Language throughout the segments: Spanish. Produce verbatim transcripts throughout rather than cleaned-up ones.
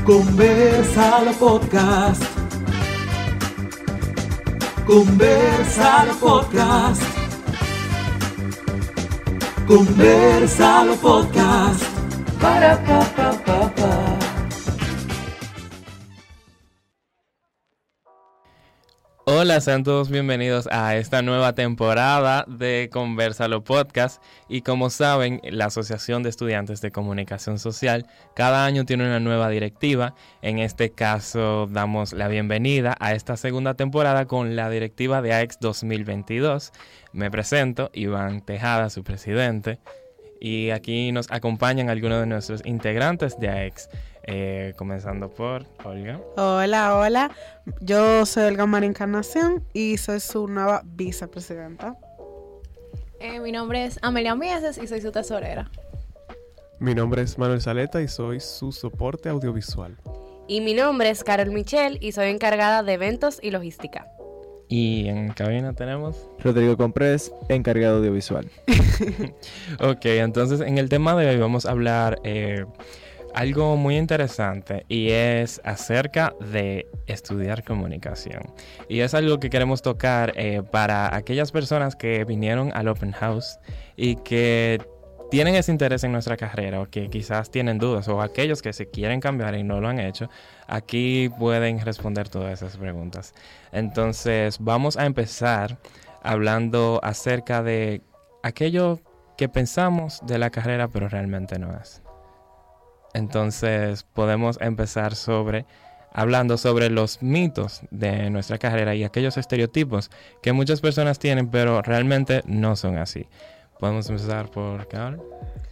Conversalo Podcast. Conversalo Podcast. Conversalo Podcast. Para pa pa pa pa. Hola, sean todos bienvenidos a esta nueva temporada de Conversalo Podcast. Y como saben, la Asociación de Estudiantes de Comunicación Social cada año tiene una nueva directiva. En este caso, damos la bienvenida a esta segunda temporada con la directiva de A E X dos mil veintidós. Me presento, Iván Tejada, su presidente. Y aquí nos acompañan algunos de nuestros integrantes de A E X. Eh, comenzando por Olga. Hola, hola. Yo soy Olga María Encarnación y soy su nueva vicepresidenta. Eh, mi nombre es Amelia Mieses y soy su tesorera. Mi nombre es Manuel Saleta y soy su soporte audiovisual. Y mi nombre es Carol Michel y soy encargada de eventos y logística. Y en cabina tenemos Rodrigo Comprés, encargado audiovisual. Ok, entonces en el tema de hoy vamos a hablar eh, algo muy interesante y es acerca de estudiar comunicación. Y es algo que queremos tocar eh, para aquellas personas que vinieron al Open House y que tienen ese interés en nuestra carrera o que quizás tienen dudas, o aquellos que se quieren cambiar y no lo han hecho. Aquí pueden responder todas esas preguntas. Entonces vamos a empezar hablando acerca de aquello que pensamos de la carrera pero realmente no es. Entonces podemos empezar sobre hablando sobre los mitos de nuestra carrera y aquellos estereotipos que muchas personas tienen pero realmente no son así. Podemos empezar por Carol.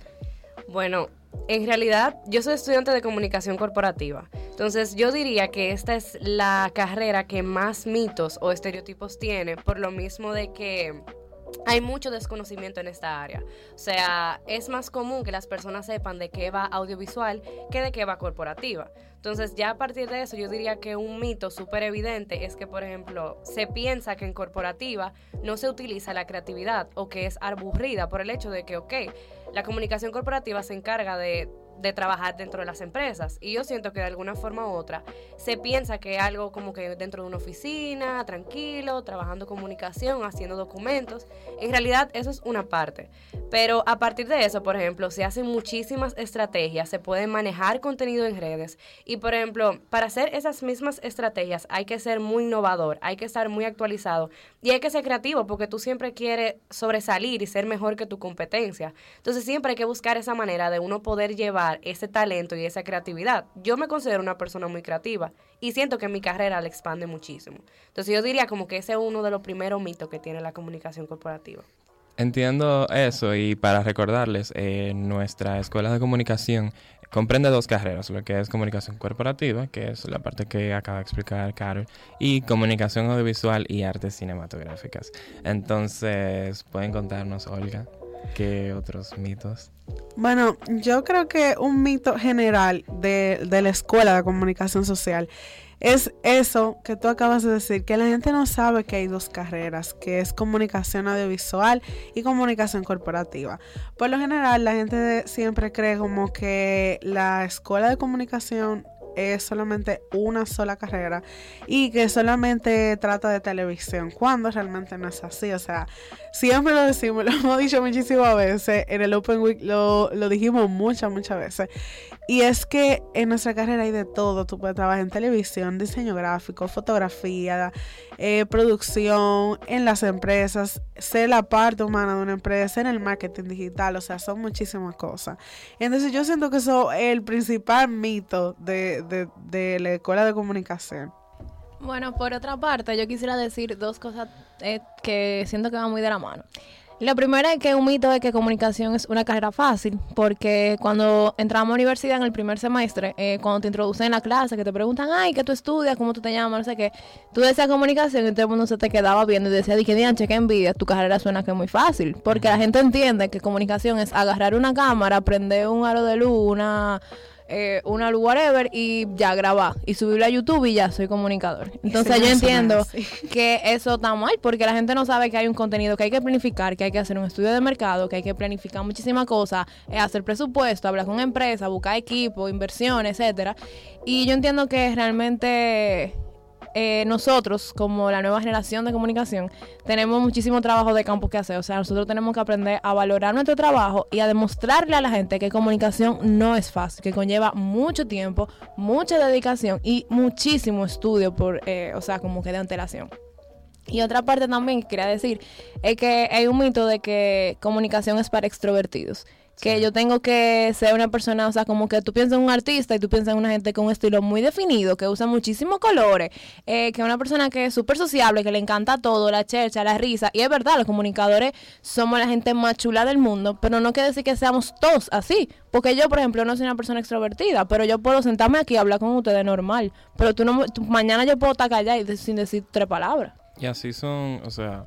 Bueno, en realidad yo soy estudiante de comunicación corporativa. Entonces yo diría que esta es la carrera que más mitos o estereotipos tiene, por lo mismo de que hay mucho desconocimiento en esta área. O sea, es más común que las personas sepan de qué va audiovisual que de qué va corporativa. Entonces, ya a partir de eso, yo diría que un mito súper evidente es que, por ejemplo, se piensa que en corporativa no se utiliza la creatividad o que es aburrida por el hecho de que, ok, la comunicación corporativa se encarga de de trabajar dentro de las empresas, y yo siento que de alguna forma u otra se piensa que es algo como que dentro de una oficina, tranquilo, trabajando comunicación, haciendo documentos. En realidad eso es una parte, pero a partir de eso, por ejemplo, se hacen muchísimas estrategias, se puede manejar contenido en redes, y por ejemplo, para hacer esas mismas estrategias hay que ser muy innovador, hay que estar muy actualizado y hay que ser creativo, porque tú siempre quieres sobresalir y ser mejor que tu competencia. Entonces siempre hay que buscar esa manera de uno poder llevar ese talento y esa creatividad. Yo me considero una persona muy creativa y siento que mi carrera la expande muchísimo. Entonces yo diría como que ese es uno de los primeros mitos que tiene la comunicación corporativa. Entiendo eso, y para recordarles, eh, nuestra escuela de comunicación comprende dos carreras, lo que es comunicación corporativa, que es la parte que acaba de explicar Carol, y comunicación audiovisual y artes cinematográficas. Entonces, ¿pueden contarnos, Olga, qué otros mitos? Bueno, yo creo que un mito general de, de la escuela de comunicación social es eso que tú acabas de decir, que la gente no sabe que hay dos carreras, que es comunicación audiovisual y comunicación corporativa. Por lo general, la gente siempre cree como que la escuela de comunicación es solamente una sola carrera y que solamente trata de televisión, cuando realmente no es así. O sea, siempre lo decimos, lo hemos dicho muchísimas veces, en el Open Week lo, lo dijimos muchas, muchas veces, y es que en nuestra carrera hay de todo. Tú puedes trabajar en televisión, diseño gráfico, fotografía, eh, producción, en las empresas, ser la parte humana de una empresa, en el marketing digital, o sea, son muchísimas cosas. Entonces yo siento que eso es el principal mito de, de, de la escuela de comunicación. Bueno, por otra parte, yo quisiera decir dos cosas eh, que siento que van muy de la mano. La primera es que un mito es que comunicación es una carrera fácil, porque cuando entramos a la universidad en el primer semestre, eh, cuando te introducen en la clase, que te preguntan, ay, ¿qué tú estudias? ¿Cómo tú te llamas? No sé qué. Tú decías comunicación y todo el mundo se te quedaba viendo y decía, dije, dianche, qué envidia, tu carrera suena que es muy fácil, porque la gente entiende que comunicación es agarrar una cámara, prender un aro de luz, una... eh, una whatever y ya grabar y subirlo a YouTube y ya soy comunicador. Entonces Sí, yo más o entiendo menos, sí. que eso está mal porque la gente no sabe que hay un contenido que hay que planificar, que hay que hacer un estudio de mercado, que hay que planificar muchísimas cosas, eh, hacer presupuesto, hablar con empresas, buscar equipo, inversiones, etcétera. Y yo entiendo que realmente eh, nosotros, como la nueva generación de comunicación, tenemos muchísimo trabajo de campo que hacer. O sea, nosotros tenemos que aprender a valorar nuestro trabajo y a demostrarle a la gente que comunicación no es fácil, que conlleva mucho tiempo, mucha dedicación y muchísimo estudio por, eh, o sea, como que de antelación. Y otra parte también que quería decir es que hay un mito de que comunicación es para extrovertidos. Que sí. Yo tengo que ser una persona, o sea, como que tú piensas en un artista y tú piensas en una gente con un estilo muy definido, que usa muchísimos colores, eh, que es una persona que es súper sociable, que le encanta todo, la chercha, la risa. Y es verdad, los comunicadores somos la gente más chula del mundo, pero no quiere decir que seamos todos así. Porque yo, por ejemplo, no soy una persona extrovertida, pero yo puedo sentarme aquí y hablar con ustedes normal. Pero tú no, tú, mañana yo puedo estar callada y de, sin decir tres palabras. Y así son, o sea,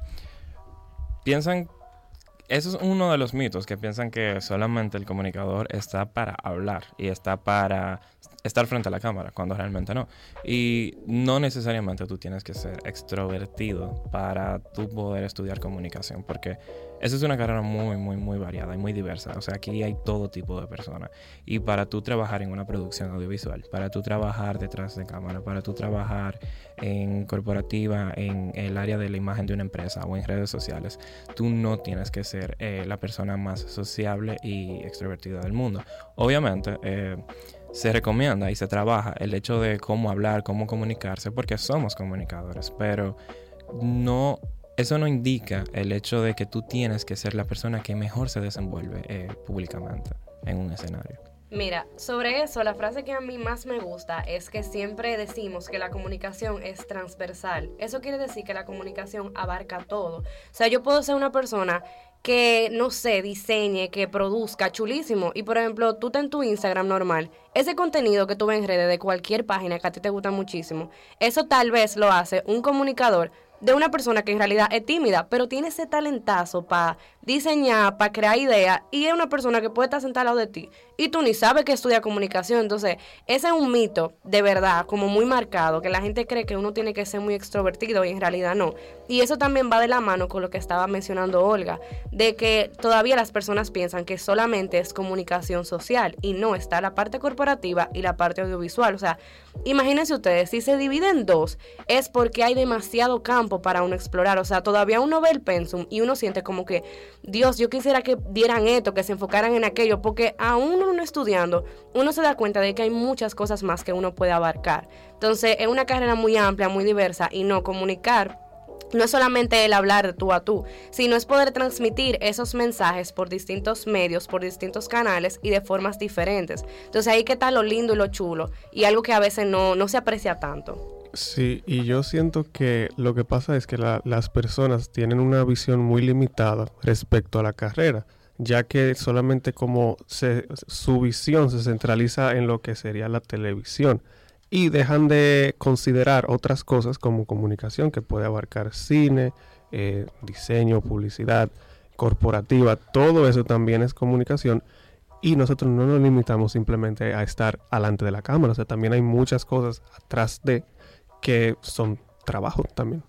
piensan, eso es uno de los mitos, que piensan que solamente el comunicador está para hablar y está para estar frente a la cámara, cuando realmente no. Y no necesariamente tú tienes que ser extrovertido para tú poder estudiar comunicación, porque esa es una carrera muy, muy, muy variada y muy diversa. O sea, aquí hay todo tipo de personas. Y para tú trabajar en una producción audiovisual, para tú trabajar detrás de cámara, para tú trabajar en corporativa, en el área de la imagen de una empresa o en redes sociales, tú no tienes que ser eh, la persona más sociable y extrovertida del mundo. Obviamente, eh, se recomienda y se trabaja el hecho de cómo hablar, cómo comunicarse, porque somos comunicadores, pero no... Eso no indica el hecho de que tú tienes que ser la persona que mejor se desenvuelve eh, públicamente en un escenario. Mira, sobre eso, la frase que a mí más me gusta es que siempre decimos que la comunicación es transversal. Eso quiere decir que la comunicación abarca todo. O sea, yo puedo ser una persona que, no sé, diseñe, que produzca, chulísimo. Y, por ejemplo, tú estás en tu Instagram normal. Ese contenido que tú ves en redes de cualquier página que a ti te gusta muchísimo, eso tal vez lo hace un comunicador de una persona que en realidad es tímida, pero tiene ese talentazo para diseñar, para crear ideas, y es una persona que puede estar sentada al lado de ti, y tú ni sabes que estudia comunicación. Entonces, ese es un mito, de verdad, como muy marcado, que la gente cree que uno tiene que ser muy extrovertido, y en realidad no. Y eso también va de la mano con lo que estaba mencionando Olga, de que todavía las personas piensan que solamente es comunicación social, y no, está la parte corporativa y la parte audiovisual. O sea, imagínense ustedes, si se divide en dos, es porque hay demasiado campo para uno explorar. O sea, todavía uno ve el pensum y uno siente como que, Dios, yo quisiera que dieran esto, que se enfocaran en aquello, porque aún uno estudiando, uno se da cuenta de que hay muchas cosas más que uno puede abarcar. Entonces, es una carrera muy amplia, muy diversa, y no, comunicar no es solamente el hablar de tú a tú, sino es poder transmitir esos mensajes por distintos medios, por distintos canales y de formas diferentes. Entonces, ahí que está lo lindo y lo chulo, y algo que a veces no, no se aprecia tanto. Sí, y yo siento que lo que pasa es que la, las personas tienen una visión muy limitada respecto a la carrera, ya que solamente como se, su visión se centraliza en lo que sería la televisión y dejan de considerar otras cosas como comunicación, que puede abarcar cine, eh, diseño, publicidad, corporativa. Todo eso también es comunicación. Y nosotros no nos limitamos simplemente a estar alante de la cámara. O sea, también hay muchas cosas atrás de que son trabajo también.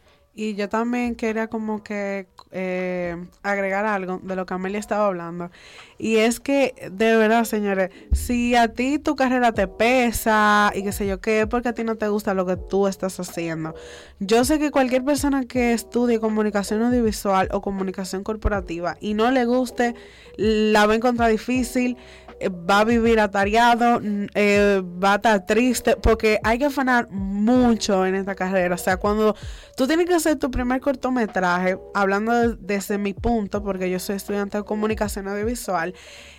Y yo también quería como que eh, agregar algo de lo que Amelia estaba hablando. Y es que, de verdad, señores, si a ti tu carrera te pesa y qué sé yo qué, porque a ti no te gusta lo que tú estás haciendo. Yo sé que cualquier persona que estudie comunicación audiovisual o comunicación corporativa y no le guste, la va a encontrar difícil, va a vivir atareado, eh, va a estar triste, porque hay que afanar mucho en esta carrera. O sea, cuando tú tienes que hacer tu primer cortometraje, hablando de, desde mi punto, porque yo soy estudiante de comunicación audiovisual,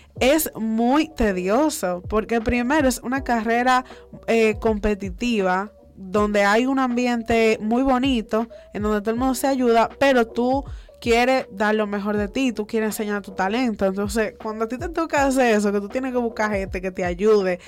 es muy tedioso, porque primero es una carrera eh, competitiva, donde hay un ambiente muy bonito, en donde todo el mundo se ayuda, pero tú quieres dar lo mejor de ti, tú quieres enseñar tu talento. Entonces, cuando a ti te toca hacer eso, que tú tienes que buscar gente que te ayude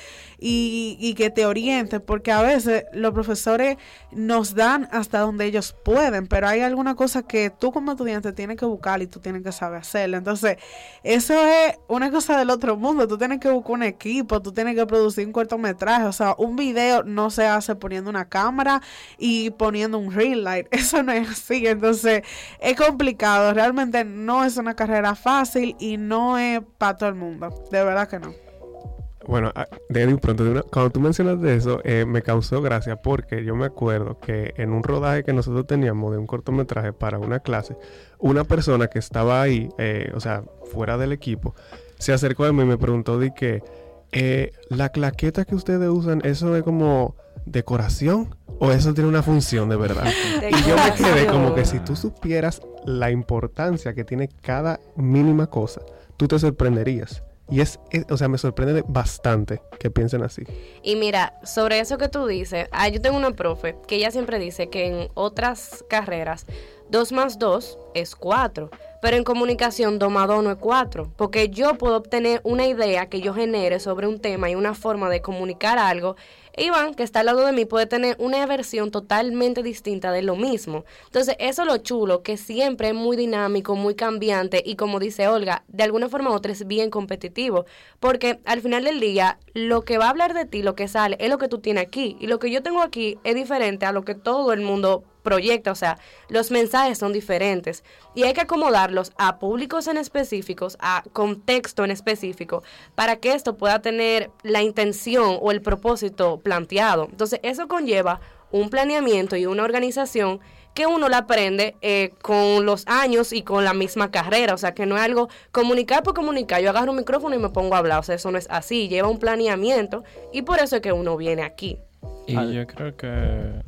y, y que te oriente, porque a veces los profesores nos dan hasta donde ellos pueden, pero hay alguna cosa que tú como estudiante tienes que buscar y tú tienes que saber hacerla. Entonces, eso es una cosa del otro mundo. Tú tienes que buscar un equipo, tú tienes que producir un cortometraje. O sea, un video no se hace poniendo una cámara y poniendo un ring light. Eso no es así. Entonces, es complicado. Realmente no es una carrera fácil y no es para todo el mundo. De verdad que no. Bueno, de un pronto, de una, cuando tú mencionas de eso, eh, me causó gracia porque yo me acuerdo que en un rodaje que nosotros teníamos de un cortometraje para una clase, una persona que estaba ahí, eh, o sea, fuera del equipo, se acercó a mí y me preguntó de que eh, la claqueta que ustedes usan, ¿eso es como decoración o eso tiene una función de verdad? Y yo me quedé como que si tú supieras la importancia que tiene cada mínima cosa, tú te sorprenderías. Y es, es, o sea, me sorprende bastante que piensen así. Y mira, sobre eso que tú dices, ah, yo tengo una profe que ella siempre dice que en otras carreras dos más dos es cuatro, pero en comunicación dos más dos no es cuatro, porque yo puedo obtener una idea que yo genere sobre un tema y una forma de comunicar algo. Iván, que está al lado de mí, puede tener una versión totalmente distinta de lo mismo. Entonces, eso es lo chulo, que siempre es muy dinámico, muy cambiante y, como dice Olga, de alguna forma u otra es bien competitivo, porque al final del día, lo que va a hablar de ti, lo que sale, es lo que tú tienes aquí, y lo que yo tengo aquí es diferente a lo que todo el mundo proyecta. O sea, los mensajes son diferentes y hay que acomodarlos a públicos en específicos, a contexto en específico, para que esto pueda tener la intención o el propósito planteado. Entonces, eso conlleva un planeamiento y una organización que uno la aprende eh, con los años y con la misma carrera. O sea, que no es algo comunicar por comunicar. Yo agarro un micrófono y me pongo a hablar. O sea, eso no es así. Lleva un planeamiento y por eso es que uno viene aquí. Y yo creo que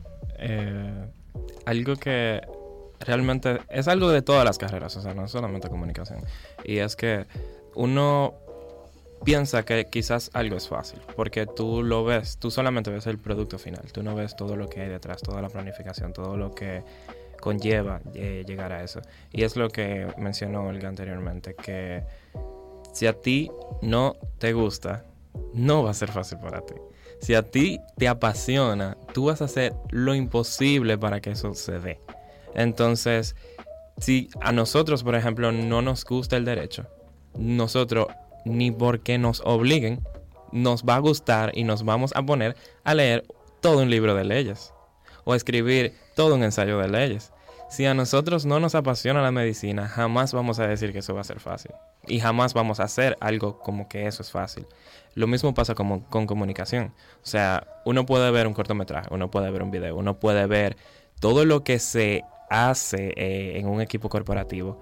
eh, algo que realmente es algo de todas las carreras, o sea, no solamente comunicación, y es que uno piensa que quizás algo es fácil, porque tú lo ves, tú solamente ves el producto final, tú no ves todo lo que hay detrás, toda la planificación, todo lo que conlleva eh, llegar a eso. Y es lo que mencionó Olga anteriormente, que si a ti no te gusta, no va a ser fácil para ti. Si a ti te apasiona, tú vas a hacer lo imposible para que eso se dé. Entonces, si a nosotros, por ejemplo, no nos gusta el derecho, nosotros, ni porque nos obliguen, nos va a gustar y nos vamos a poner a leer todo un libro de leyes o a escribir todo un ensayo de leyes. Si a nosotros no nos apasiona la medicina, jamás vamos a decir que eso va a ser fácil. Y jamás vamos a hacer algo como que eso es fácil. Lo mismo pasa como con comunicación. O sea, uno puede ver un cortometraje, uno puede ver un video, uno puede ver todo lo que se hace eh, en un equipo corporativo.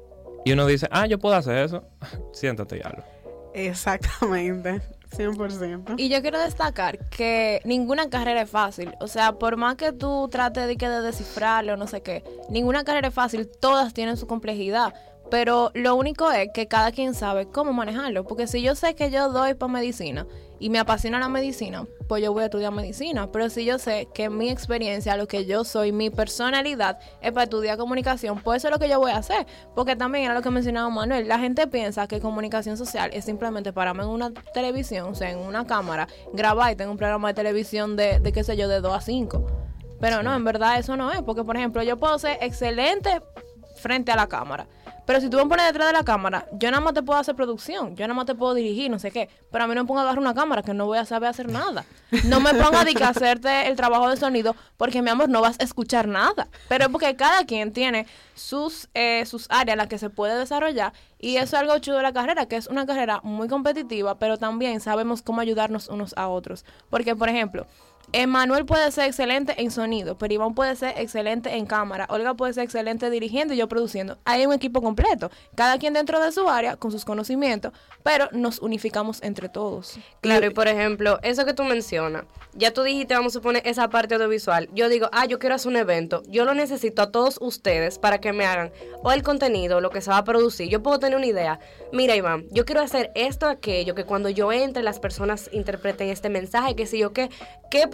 Y uno dice, ah, yo puedo hacer eso. Siéntate y hazlo. Exactamente. cien por ciento. Y yo quiero destacar que ninguna carrera es fácil. O sea, por más que tú trates de, que de descifrarlo o no sé qué, ninguna carrera es fácil. Todas tienen su complejidad. Pero lo único es que cada quien sabe cómo manejarlo. Porque si yo sé que yo doy para medicina y me apasiona la medicina, pues yo voy a estudiar medicina. Pero si yo sé que mi experiencia, lo que yo soy, mi personalidad es para estudiar comunicación, pues eso es lo que yo voy a hacer. Porque también era lo que mencionaba Manuel. La gente piensa que comunicación social es simplemente pararme en una televisión, o sea, en una cámara, grabar y tener un programa de televisión de, de qué sé yo, de dos a cinco. Pero sí. No, en verdad eso no es. Porque, por ejemplo, yo puedo ser excelente frente a la cámara. Pero si tú me pones detrás de la cámara, yo nada más te puedo hacer producción, yo nada más te puedo dirigir, no sé qué. Pero a mí no me pongo a agarrar una cámara, que no voy a saber hacer nada. No me ponga a hacerte el trabajo de sonido, porque mi amor, no vas a escuchar nada. Pero es porque cada quien tiene sus, eh, sus áreas en las que se puede desarrollar. Y eso es algo chulo de la carrera, que es una carrera muy competitiva, pero también sabemos cómo ayudarnos unos a otros. Porque, por ejemplo, Emanuel puede ser excelente en sonido, pero Iván puede ser excelente en cámara, Olga puede ser excelente dirigiendo y yo produciendo. Hay un equipo completo, cada quien dentro de su área con sus conocimientos, pero nos unificamos entre todos. Claro, y por ejemplo, eso que tú mencionas, ya tú dijiste, vamos a poner esa parte audiovisual. Yo digo, ah, yo quiero hacer un evento, yo lo necesito a todos ustedes para que me hagan o el contenido, lo que se va a producir. Yo puedo tener una idea. Mira, Iván, yo quiero hacer esto, aquello, que cuando yo entre las personas interpreten este mensaje, que si yo qué, qué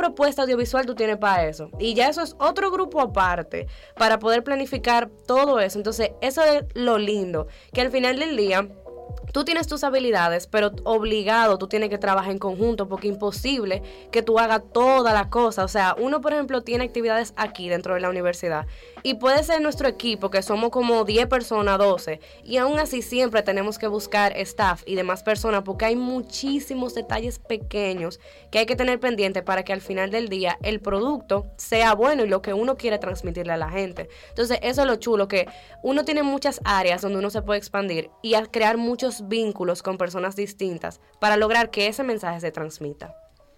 propuesta audiovisual tú tienes para eso? Y ya eso es otro grupo aparte para poder planificar todo eso. Entonces, eso es lo lindo, que al final del día tú tienes tus habilidades, pero obligado tú tienes que trabajar en conjunto, porque es imposible que tú hagas toda la cosa. O sea, uno, por ejemplo, tiene actividades aquí dentro de la universidad y puede ser nuestro equipo, que somos como diez personas, doce, y aún así siempre tenemos que buscar staff y demás personas, porque hay muchísimos detalles pequeños que hay que tener pendiente para que al final del día el producto sea bueno y lo que uno quiere transmitirle a la gente. Entonces, eso es lo chulo, que uno tiene muchas áreas donde uno se puede expandir y al crear muchos vínculos con personas distintas para lograr que ese mensaje se transmita.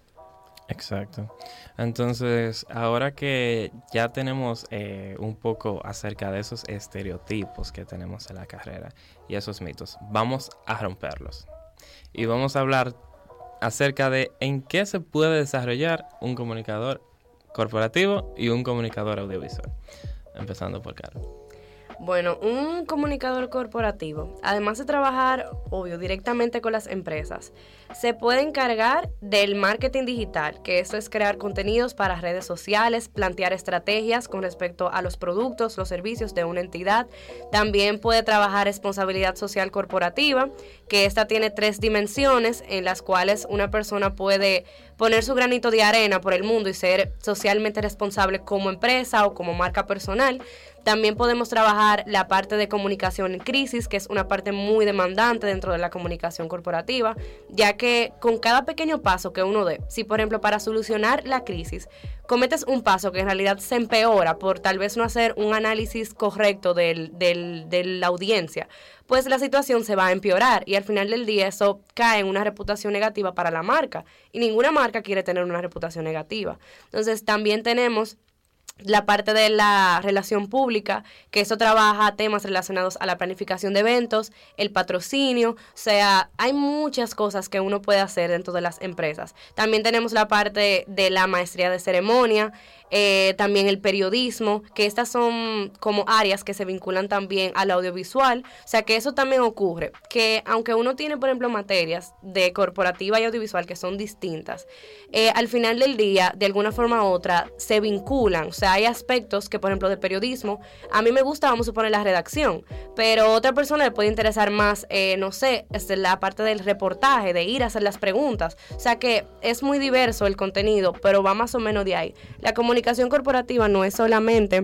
Exacto. Entonces, ahora que ya tenemos eh, un poco acerca de esos estereotipos que tenemos en la carrera y esos mitos, vamos a romperlos. Y vamos a hablar acerca de en qué se puede desarrollar un comunicador corporativo y un comunicador audiovisual. Empezando por Carol. Bueno, un comunicador corporativo, además de trabajar, obvio, directamente con las empresas, se puede encargar del marketing digital, que eso es crear contenidos para redes sociales, plantear estrategias con respecto a los productos, los servicios de una entidad. También puede trabajar responsabilidad social corporativa, que esta tiene tres dimensiones en las cuales una persona puede poner su granito de arena por el mundo y ser socialmente responsable como empresa o como marca personal. También podemos trabajar la parte de comunicación en crisis, que es una parte muy demandante dentro de la comunicación corporativa, ya que con cada pequeño paso que uno dé, si por ejemplo para solucionar la crisis cometes un paso que en realidad se empeora por tal vez no hacer un análisis correcto del, del, de la audiencia, pues la situación se va a empeorar y al final del día eso cae en una reputación negativa para la marca y ninguna marca quiere tener una reputación negativa. Entonces también tenemos la parte de la relación pública, que eso trabaja temas relacionados a la planificación de eventos, el patrocinio, o sea, hay muchas cosas que uno puede hacer dentro de las empresas. También tenemos la parte de la maestría de ceremonia, eh, también el periodismo, que estas son como áreas que se vinculan también al audiovisual, o sea que eso también ocurre, que aunque uno tiene, por ejemplo, materias de corporativa y audiovisual que son distintas, eh, al final del día, de alguna forma u otra, se vinculan, o sea, hay aspectos que, por ejemplo, de periodismo, a mí me gusta, vamos a suponer, la redacción, pero a otra persona le puede interesar más, eh, no sé, este, la parte del reportaje, de ir a hacer las preguntas, o sea que es muy diverso el contenido, pero va más o menos de ahí. La comunicación corporativa no es solamente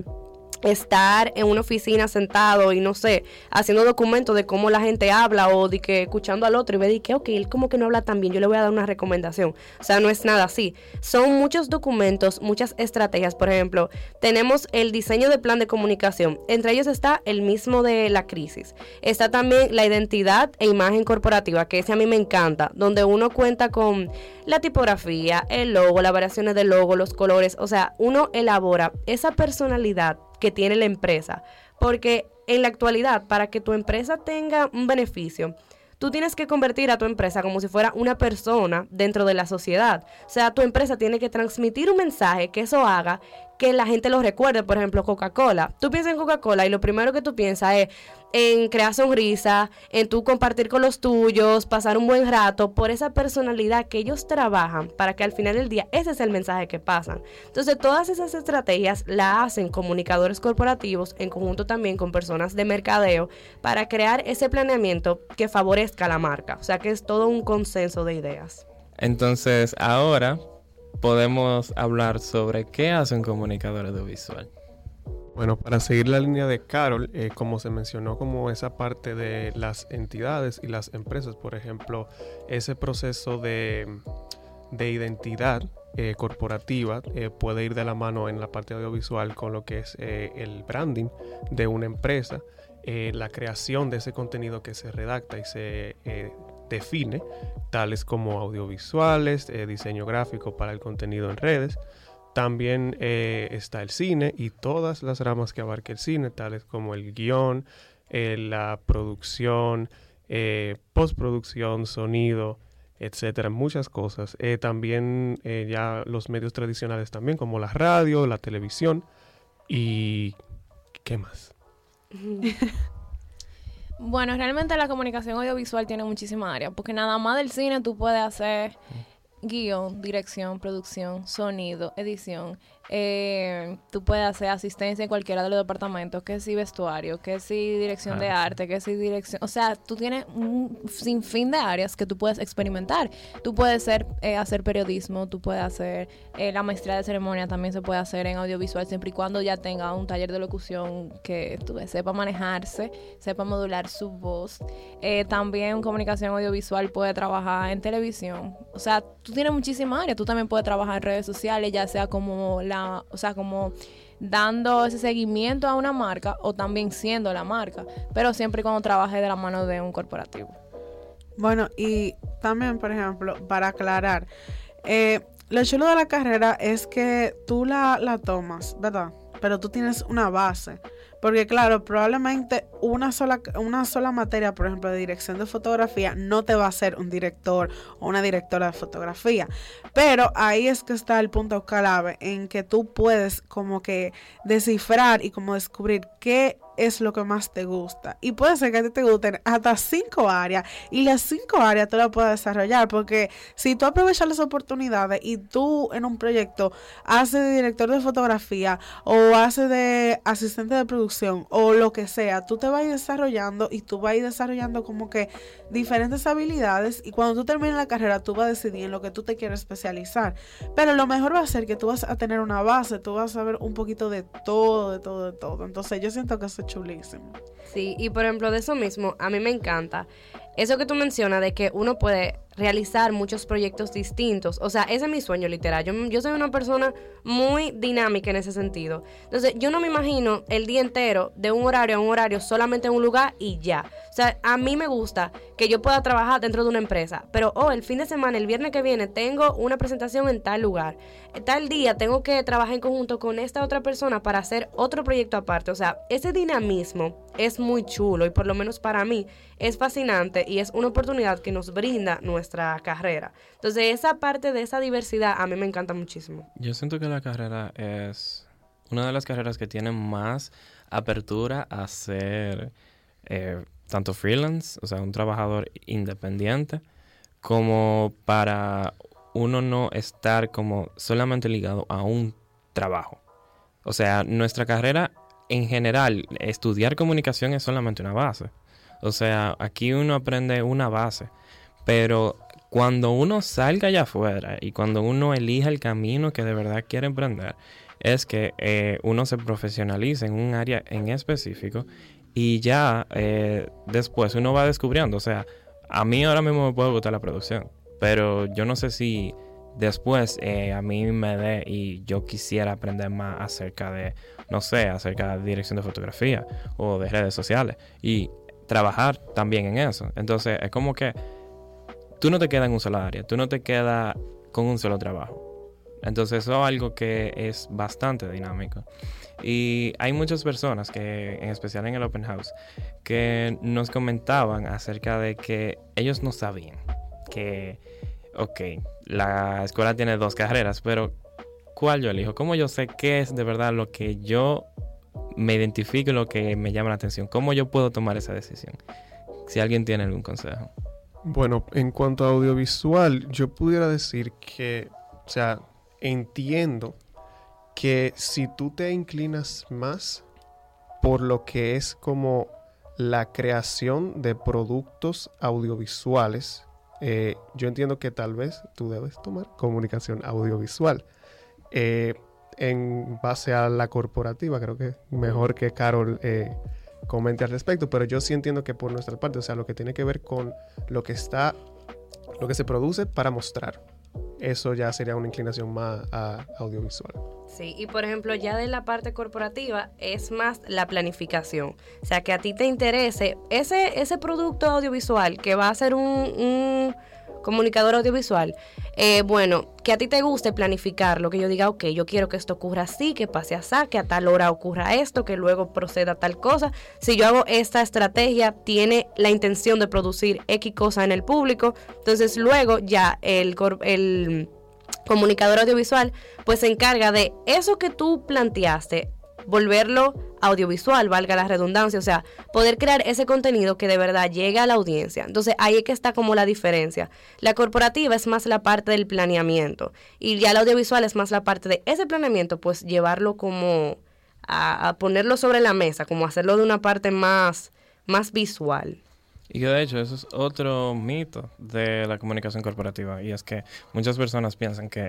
estar en una oficina sentado y no sé, haciendo documentos de cómo la gente habla o de que escuchando al otro y ve de que ok, él como que no habla tan bien, yo le voy a dar una recomendación. O sea, no es nada así. Son muchos documentos, muchas estrategias. Por ejemplo, tenemos el diseño de plan de comunicación. Entre ellos está el mismo de la crisis. Está también la identidad e imagen corporativa, que ese a mí me encanta, donde uno cuenta con la tipografía, el logo, las variaciones del logo, los colores. O sea, uno elabora esa personalidad que tiene la empresa, porque en la actualidad, para que tu empresa tenga un beneficio, tú tienes que convertir a tu empresa como si fuera una persona dentro de la sociedad. O sea, tu empresa tiene que transmitir un mensaje que eso haga que la gente lo recuerde. Por ejemplo, Coca-Cola. Tú piensas en Coca-Cola y lo primero que tú piensas es en crear sonrisa, en tú compartir con los tuyos, pasar un buen rato, por esa personalidad que ellos trabajan para que al final del día ese es el mensaje que pasan. Entonces, todas esas estrategias las hacen comunicadores corporativos en conjunto también con personas de mercadeo para crear ese planeamiento que favorezca a la marca. O sea, que es todo un consenso de ideas. Entonces, ahora podemos hablar sobre qué hace un comunicador audiovisual. Bueno, para seguir la línea de Carol, eh, como se mencionó, como esa parte de las entidades y las empresas, por ejemplo, ese proceso de, de identidad eh, corporativa eh, puede ir de la mano en la parte audiovisual con lo que es eh, el branding de una empresa, eh, la creación de ese contenido que se redacta y se eh, define, tales como audiovisuales, eh, diseño gráfico para el contenido en redes. También eh, está el cine y todas las ramas que abarca el cine, tales como el guión, eh, la producción, eh, postproducción, sonido, etcétera, muchas cosas. Eh, también eh, ya los medios tradicionales también, como la radio, la televisión y ¿qué más? Bueno, realmente la comunicación audiovisual tiene muchísimas áreas, porque nada más del cine tú puedes hacer guión, dirección, producción, sonido, edición. Eh, tú puedes hacer asistencia en cualquiera de los departamentos, que si vestuario, que si dirección Ah, de sí. arte, que si dirección, o sea, tú tienes un sinfín de áreas que tú puedes experimentar. Tú puedes ser, eh, hacer periodismo, tú puedes hacer eh, la maestría de ceremonia, también se puede hacer en audiovisual, siempre y cuando ya tenga un taller de locución que tú ves, sepa manejarse, sepa modular su voz. Eh, también comunicación audiovisual puede trabajar en televisión. O sea, tú tienes muchísimas áreas. Tú también puedes trabajar en redes sociales, ya sea como la, o sea, como dando ese seguimiento a una marca o también siendo la marca, pero siempre y cuando trabajes de la mano de un corporativo. Bueno, y también, por ejemplo, para aclarar, eh, lo chulo de la carrera es que tú la, la tomas, ¿verdad? Pero tú tienes una base. Porque claro, probablemente una sola, una sola materia, por ejemplo, de dirección de fotografía, no te va a hacer un director o una directora de fotografía. Pero ahí es que está el punto clave en que tú puedes como que descifrar y como descubrir qué es lo que más te gusta. Y puede ser que a ti te gusten hasta cinco áreas y las cinco áreas tú las puedes desarrollar, porque si tú aprovechas las oportunidades y tú en un proyecto haces de director de fotografía o haces de asistente de producción o lo que sea, tú te vas a ir desarrollando y tú vas a ir desarrollando como que diferentes habilidades, y cuando tú termines la carrera tú vas a decidir en lo que tú te quieres especializar. Pero lo mejor va a ser que tú vas a tener una base, tú vas a saber un poquito de todo, de todo, de todo. Entonces yo siento que eso es chulísimo. Sí, y por ejemplo, de eso mismo, a mí me encanta eso que tú mencionas de que uno puede realizar muchos proyectos distintos. O sea, ese es mi sueño literal. Yo, yo soy una persona muy dinámica en ese sentido. Entonces, yo no me imagino el día entero de un horario a un horario solamente en un lugar y ya. O sea, a mí me gusta que yo pueda trabajar dentro de una empresa, pero, oh, el fin de semana, el viernes que viene, tengo una presentación en tal lugar. Tal día tengo que trabajar en conjunto con esta otra persona para hacer otro proyecto aparte. O sea, ese dinamismo es muy chulo y por lo menos para mí es fascinante y es una oportunidad que nos brinda nuestra carrera. Entonces, esa parte de esa diversidad a mí me encanta muchísimo. Yo siento que la carrera es una de las carreras que tiene más apertura a ser eh, tanto freelance, o sea, un trabajador independiente, como para uno no estar como solamente ligado a un trabajo. O sea, nuestra carrera en general, estudiar comunicación es solamente una base. O sea, aquí uno aprende una base, pero cuando uno salga allá afuera y cuando uno elija el camino que de verdad quiere emprender, es que eh, uno se profesionaliza en un área en específico y ya eh, después uno va descubriendo. O sea, a mí ahora mismo me puede gustar la producción, pero yo no sé si después eh, a mí me dé y yo quisiera aprender más acerca de, no sé, acerca de dirección de fotografía o de redes sociales y trabajar también en eso. Entonces es como que tú no te quedas en un solo área, tú no te quedas con un solo trabajo. Entonces eso es algo que es bastante dinámico. Y hay muchas personas que, en especial en el Open House, que nos comentaban acerca de que ellos no sabían que, ok, la escuela tiene dos carreras, pero ¿cuál yo elijo? ¿Cómo yo sé qué es de verdad lo que yo me identifico y lo que me llama la atención? ¿Cómo yo puedo tomar esa decisión? Si alguien tiene algún consejo. Bueno, en cuanto a audiovisual, yo pudiera decir que, o sea, entiendo que si tú te inclinas más por lo que es como la creación de productos audiovisuales, eh, yo entiendo que tal vez tú debes tomar comunicación audiovisual. Eh, en base a la corporativa, creo que mejor que Carol eh, comente al respecto, pero yo sí entiendo que por nuestra parte, o sea, lo que tiene que ver con lo que está, lo que se produce para mostrar, eso ya sería una inclinación más a audiovisual. Sí, y por ejemplo, ya de la parte corporativa es más la planificación. O sea, que a ti te interese ese, ese producto audiovisual que va a ser un, un comunicador audiovisual. Eh, bueno, que a ti te guste planificarlo, que yo diga, ok, yo quiero que esto ocurra así, que pase así, que a tal hora ocurra esto, que luego proceda tal cosa. Si yo hago esta estrategia, tiene la intención de producir X cosa en el público, entonces luego ya el, el comunicador audiovisual pues se encarga de eso que tú planteaste, volverlo audiovisual, valga la redundancia, o sea, poder crear ese contenido que de verdad llegue a la audiencia. Entonces ahí es que está como la diferencia. La corporativa es más la parte del planeamiento y ya la audiovisual es más la parte de ese planeamiento, pues llevarlo como a, a ponerlo sobre la mesa, como hacerlo de una parte más, más visual. Y que de hecho eso es otro mito de la comunicación corporativa, y es que muchas personas piensan que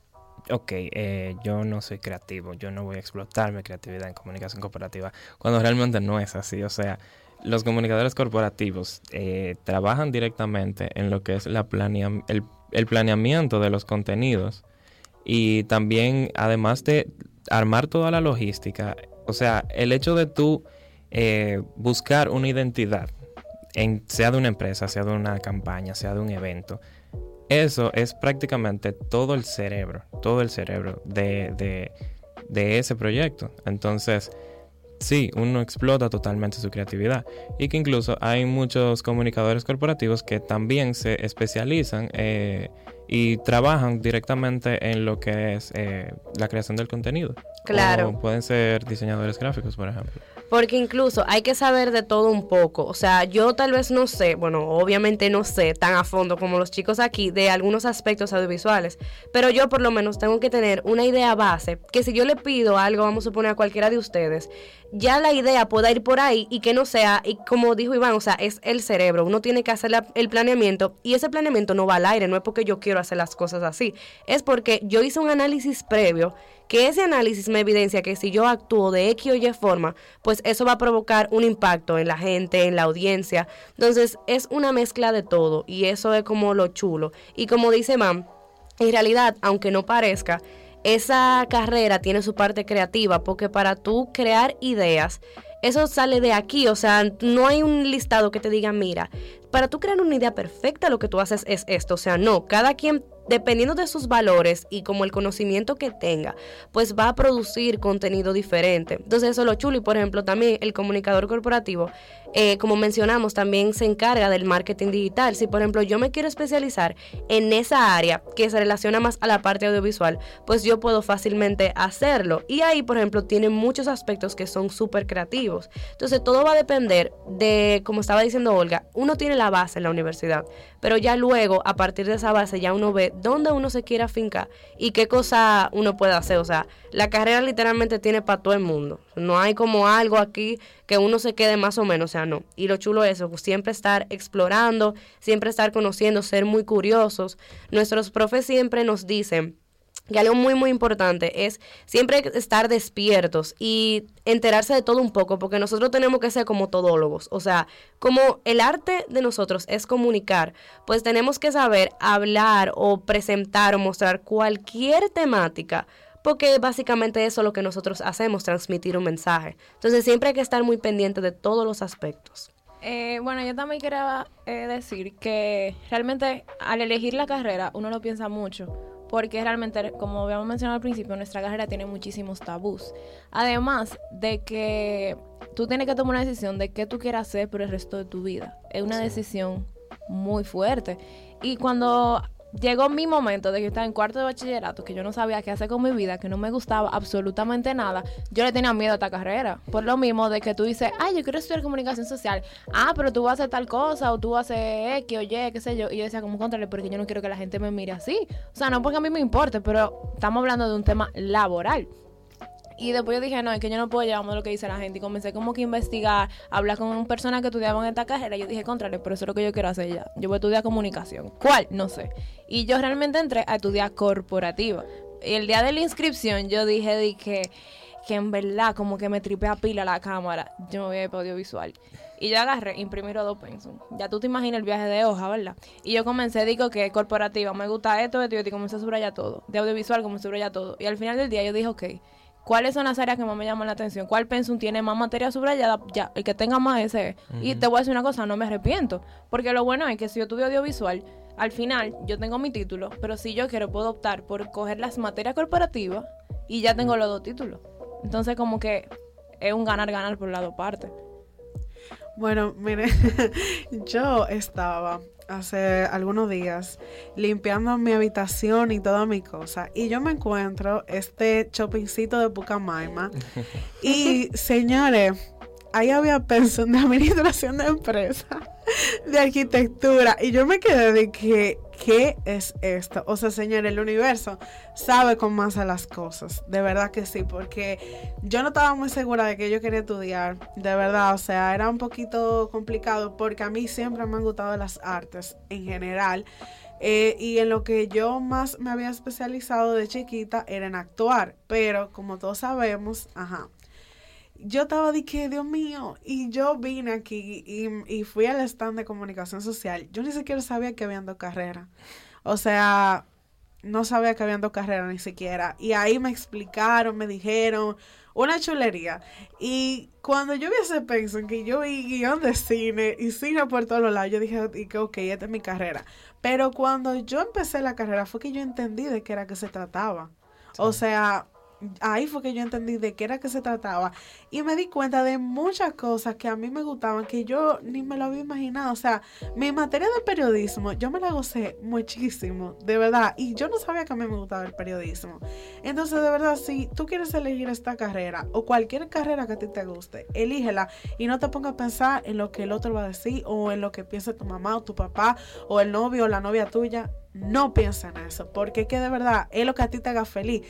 ok, eh, yo no soy creativo, yo no voy a explotar mi creatividad en comunicación corporativa, cuando realmente no es así. O sea, los comunicadores corporativos eh, trabajan directamente en lo que es la planea- el, el planeamiento de los contenidos, y también, además de armar toda la logística, o sea, el hecho de tú eh, buscar una identidad, en, sea de una empresa, sea de una campaña, sea de un evento, eso es prácticamente todo el cerebro, todo el cerebro de, de, de ese proyecto. Entonces, sí, uno explota totalmente su creatividad, y que incluso hay muchos comunicadores corporativos que también se especializan eh, y trabajan directamente en lo que es eh, la creación del contenido. Claro. O pueden ser diseñadores gráficos, por ejemplo. Porque incluso hay que saber de todo un poco. O sea, yo tal vez no sé, bueno, obviamente no sé tan a fondo como los chicos aquí de algunos aspectos audiovisuales, pero yo por lo menos tengo que tener una idea base, que si yo le pido algo, vamos a poner a cualquiera de ustedes, ya la idea pueda ir por ahí y que no sea, y como dijo Iván, o sea, es el cerebro. Uno tiene que hacer la, el planeamiento, y ese planeamiento no va al aire, no es porque yo quiero hacer las cosas así, es porque yo hice un análisis previo, que ese análisis me evidencia que si yo actúo de X o Y forma, pues eso va a provocar un impacto en la gente, en la audiencia. Entonces es una mezcla de todo, y eso es como lo chulo. Y como dice Mam, en realidad, aunque no parezca, esa carrera tiene su parte creativa, porque para tú crear ideas, eso sale de aquí. O sea, no hay un listado que te diga, mira, para tú crear una idea perfecta lo que tú haces es esto. O sea, no, cada quien, dependiendo de sus valores y como el conocimiento que tenga, pues va a producir contenido diferente. Entonces eso es lo chulo. Y por ejemplo también el comunicador corporativo, eh, como mencionamos, también se encarga del marketing digital. Si por ejemplo yo me quiero especializar en esa área que se relaciona más a la parte audiovisual, pues yo puedo fácilmente hacerlo. Y ahí por ejemplo tiene muchos aspectos que son súper creativos. Entonces todo va a depender de, como estaba diciendo Olga, uno tiene la base en la universidad, pero ya luego a partir de esa base ya uno ve dónde uno se quiere afincar y qué cosa uno puede hacer. O sea, la carrera literalmente tiene para todo el mundo. No hay como algo aquí que uno se quede más o menos, o sea, no. Y lo chulo es eso, pues siempre estar explorando, siempre estar conociendo, ser muy curiosos. Nuestros profes siempre nos dicen que algo muy muy importante es siempre estar despiertos y enterarse de todo un poco, porque nosotros tenemos que ser como todólogos. O sea, como el arte de nosotros es comunicar, pues tenemos que saber hablar o presentar o mostrar cualquier temática, porque básicamente eso es lo que nosotros hacemos, transmitir un mensaje. Entonces siempre hay que estar muy pendiente de todos los aspectos. Eh, bueno, yo también quería eh, decir que realmente al elegir la carrera uno lo piensa mucho, porque realmente, como habíamos mencionado al principio, nuestra carrera tiene muchísimos tabús. Además de que tú tienes que tomar una decisión de qué tú quieres hacer por el resto de tu vida. Es una sí. decisión muy fuerte. Y cuando llegó mi momento de que yo estaba en cuarto de bachillerato, que yo no sabía qué hacer con mi vida, que no me gustaba absolutamente nada, yo le tenía miedo a esta carrera. Por lo mismo de que tú dices, ay, yo quiero estudiar comunicación social. Ah, pero tú vas a hacer tal cosa, o tú vas a hacer X o Y, qué sé yo. Y yo decía, como contrario, porque yo no quiero que la gente me mire así. O sea, no porque a mí me importe, pero estamos hablando de un tema laboral. Y después yo dije, no, es que yo no puedo llevarme lo que dice la gente. Y comencé como que a investigar, a hablar con personas que estudiaban esta carrera. Y yo dije, contrario, pero eso es lo que yo quiero hacer ya. Yo voy a estudiar comunicación. ¿Cuál? No sé. Y yo realmente entré a estudiar corporativa. Y el día de la inscripción yo dije, dije que en verdad como que me tripé a pila la cámara. Yo me voy a ir para audiovisual. Y yo agarré, imprimí los dos pensum. Ya tú te imaginas el viaje de hoja, ¿verdad? Y yo comencé, digo que corporativa, me gusta esto, esto, y comencé a subrayar todo. De audiovisual comencé a subrayar todo. Y al final del día yo dije, ok, ¿cuáles son las áreas que más me llaman la atención? ¿Cuál pensum tiene más materia subrayada? Ya, el que tenga más ese. Uh-huh. Y te voy a decir una cosa, no me arrepiento. Porque lo bueno es que si yo estudio audiovisual, al final yo tengo mi título, pero si yo quiero puedo optar por coger las materias corporativas y ya tengo los dos títulos. Entonces como que es un ganar-ganar por las dos partes. Bueno, mire, yo estaba hace algunos días limpiando mi habitación y toda mi cosa y yo me encuentro este shoppingcito de Pucamaima y señores, ahí había pensión de administración de empresa, de arquitectura y yo me quedé de que ¿qué es esto? O sea, señores, el universo sabe cómo hacer las cosas. De verdad que sí, porque yo no estaba muy segura de que yo quería estudiar. De verdad, o sea, era un poquito complicado porque a mí siempre me han gustado las artes en general. Eh, y en lo que yo más me había especializado de chiquita era en actuar. Pero como todos sabemos, ajá. Yo estaba de que, Dios mío, y yo vine aquí y, y fui al stand de comunicación social. Yo ni siquiera sabía que habían dos carreras. O sea, no sabía que habían dos carreras ni siquiera. Y ahí me explicaron, me dijeron, una chulería. Y cuando yo vi ese pensum, que yo vi guión de cine y cine por todos los lados, yo dije, y que ok, esta es mi carrera. Pero cuando yo empecé la carrera fue que yo entendí de qué era que se trataba. Sí. O sea, ahí fue que yo entendí de qué era que se trataba y me di cuenta de muchas cosas que a mí me gustaban que yo ni me lo había imaginado. O sea, mi materia de periodismo yo me la gocé muchísimo, de verdad, y yo no sabía que a mí me gustaba el periodismo. Entonces, de verdad, si tú quieres elegir esta carrera o cualquier carrera que a ti te guste, elígela y no te pongas a pensar en lo que el otro va a decir o en lo que piensa tu mamá o tu papá o el novio o la novia tuya. No piensa en eso, porque es que de verdad es lo que a ti te haga feliz.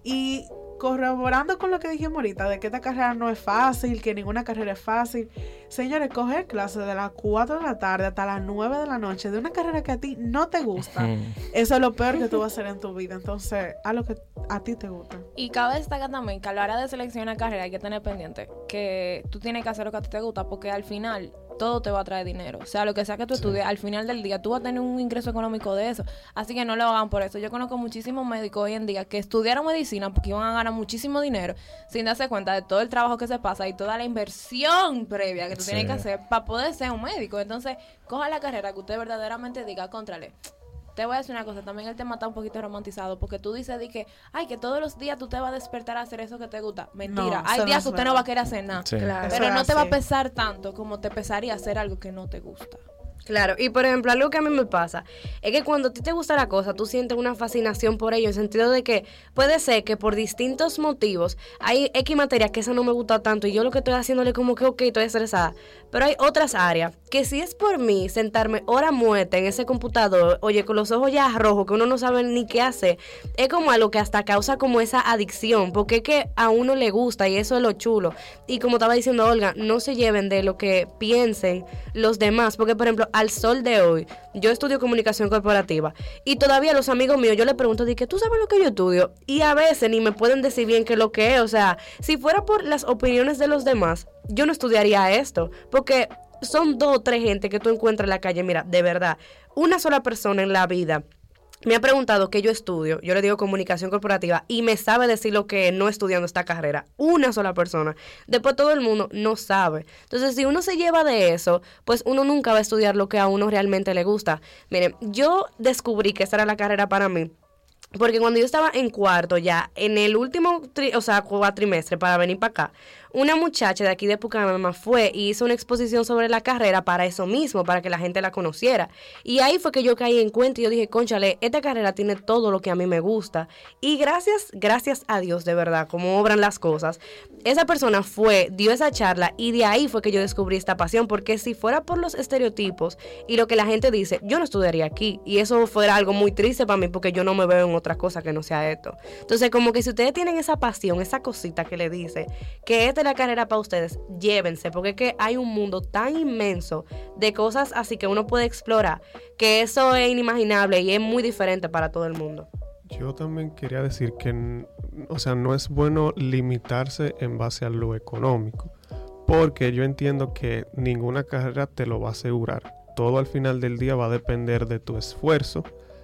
Y corroborando con lo que dijimos ahorita, de que esta carrera no es fácil, que ninguna carrera es fácil. Señores, coger clases de las cuatro de la tarde hasta las nueve de la noche de una carrera que a ti no te gusta, eso es lo peor que tú vas a hacer en tu vida. Entonces, haz lo que a ti te gusta. Y cabe destacar también que a la hora de seleccionar carrera hay que tener pendiente que tú tienes que hacer lo que a ti te gusta, porque al final todo te va a traer dinero. O sea, lo que sea que tú sí. estudies, al final del día tú vas a tener un ingreso económico de eso. Así que no lo hagan por eso. Yo conozco muchísimos médicos hoy en día que estudiaron medicina porque iban a ganar muchísimo dinero sin darse cuenta de todo el trabajo que se pasa y toda la inversión previa que tú sí. tienes que hacer para poder ser un médico. Entonces, coja la carrera que usted verdaderamente diga, contrale. Te voy a decir una cosa, también el tema está un poquito romantizado, porque tú dices de que, ay, que todos los días tú te vas a despertar a hacer eso que te gusta. Mentira, no, hay días que usted no va a querer hacer nada, sí. claro. pero no te va a pesar tanto como te pesaría hacer algo que no te gusta. Claro, y por ejemplo, algo que a mí me pasa es que cuando a ti te gusta la cosa, tú sientes una fascinación por ello, en el sentido de que puede ser que por distintos motivos hay X materias que esa no me gusta tanto y yo lo que estoy haciéndole como que, ok, estoy estresada, pero hay otras áreas que si es por mí sentarme hora muerta en ese computador, oye, con los ojos ya rojos, que uno no sabe ni qué hacer, es como algo que hasta causa como esa adicción, porque es que a uno le gusta y eso es lo chulo. Y como estaba diciendo Olga, no se lleven de lo que piensen los demás, porque por ejemplo, al sol de hoy, yo estudio comunicación corporativa y todavía los amigos míos, yo les pregunto, ¿de qué tú sabes lo que yo estudio? Y a veces ni me pueden decir bien qué es lo que es. O sea, si fuera por las opiniones de los demás, yo no estudiaría esto, porque son dos o tres gente que tú encuentras en la calle. Mira, de verdad, una sola persona en la vida me ha preguntado qué yo estudio, yo le digo comunicación corporativa y me sabe decir lo que no estudiando esta carrera. Una sola persona. Después todo el mundo no sabe. Entonces, si uno se lleva de eso, pues uno nunca va a estudiar lo que a uno realmente le gusta. Miren, yo descubrí que esa era la carrera para mí porque cuando yo estaba en cuarto ya, en el último, tri, o sea, cuatrimestre para venir para acá, una muchacha de aquí de Pucamaima fue y hizo una exposición sobre la carrera para eso mismo, para que la gente la conociera. Y ahí fue que yo caí en cuenta y yo dije, cónchale, esta carrera tiene todo lo que a mí me gusta. Y gracias, gracias a Dios, de verdad, cómo obran las cosas, esa persona fue, dio esa charla y de ahí fue que yo descubrí esta pasión, porque si fuera por los estereotipos y lo que la gente dice, yo no estudiaría aquí. Y eso fuera algo muy triste para mí porque yo no me veo en otra cosa que no sea esto. Entonces, como que si ustedes tienen esa pasión, esa cosita que le dice que esta es la carrera para ustedes, llévense, porque es que hay un mundo tan inmenso de cosas así que uno puede explorar, que eso es inimaginable y es muy diferente para todo el mundo. Yo también quería decir que, o sea, no es bueno limitarse en base a lo económico, porque yo entiendo que ninguna carrera te lo va a asegurar. Todo al final del día va a depender de tu esfuerzo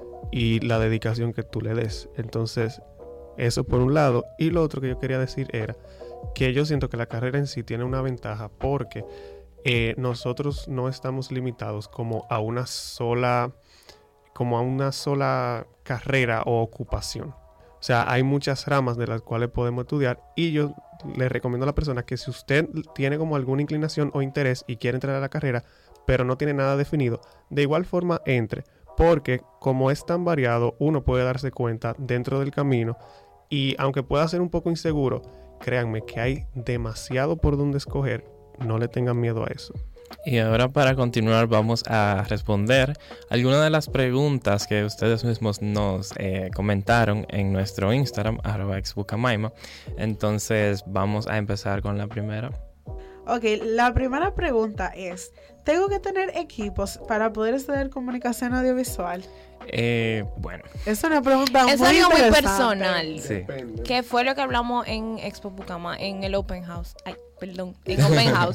y la dedicación que tú le des. Entonces, eso por un lado. Y lo otro que yo quería decir era que yo siento que la carrera en sí tiene una ventaja porque eh, nosotros no estamos limitados como a una sola como a una sola carrera o ocupación. O sea, hay muchas ramas de las cuales podemos estudiar y yo le recomiendo a la persona que si usted tiene como alguna inclinación o interés y quiere entrar a la carrera, pero no tiene nada definido, de igual forma entre, porque como es tan variado, uno puede darse cuenta dentro del camino y aunque pueda ser un poco inseguro, créanme que hay demasiado por donde escoger, no le tengan miedo a eso. Y ahora para continuar vamos a responder algunas de las preguntas que ustedes mismos nos eh, comentaron en nuestro Instagram, arroba exbucamaima. Entonces vamos a empezar con la primera. Ok, la primera pregunta es, ¿tengo que tener equipos para poder estudiar comunicación audiovisual? Eh, bueno. Es una pregunta es muy algo muy interesante. personal. Sí. Que fue lo que hablamos en Expo Bucama, en el Open House. Ay, perdón, en Open House.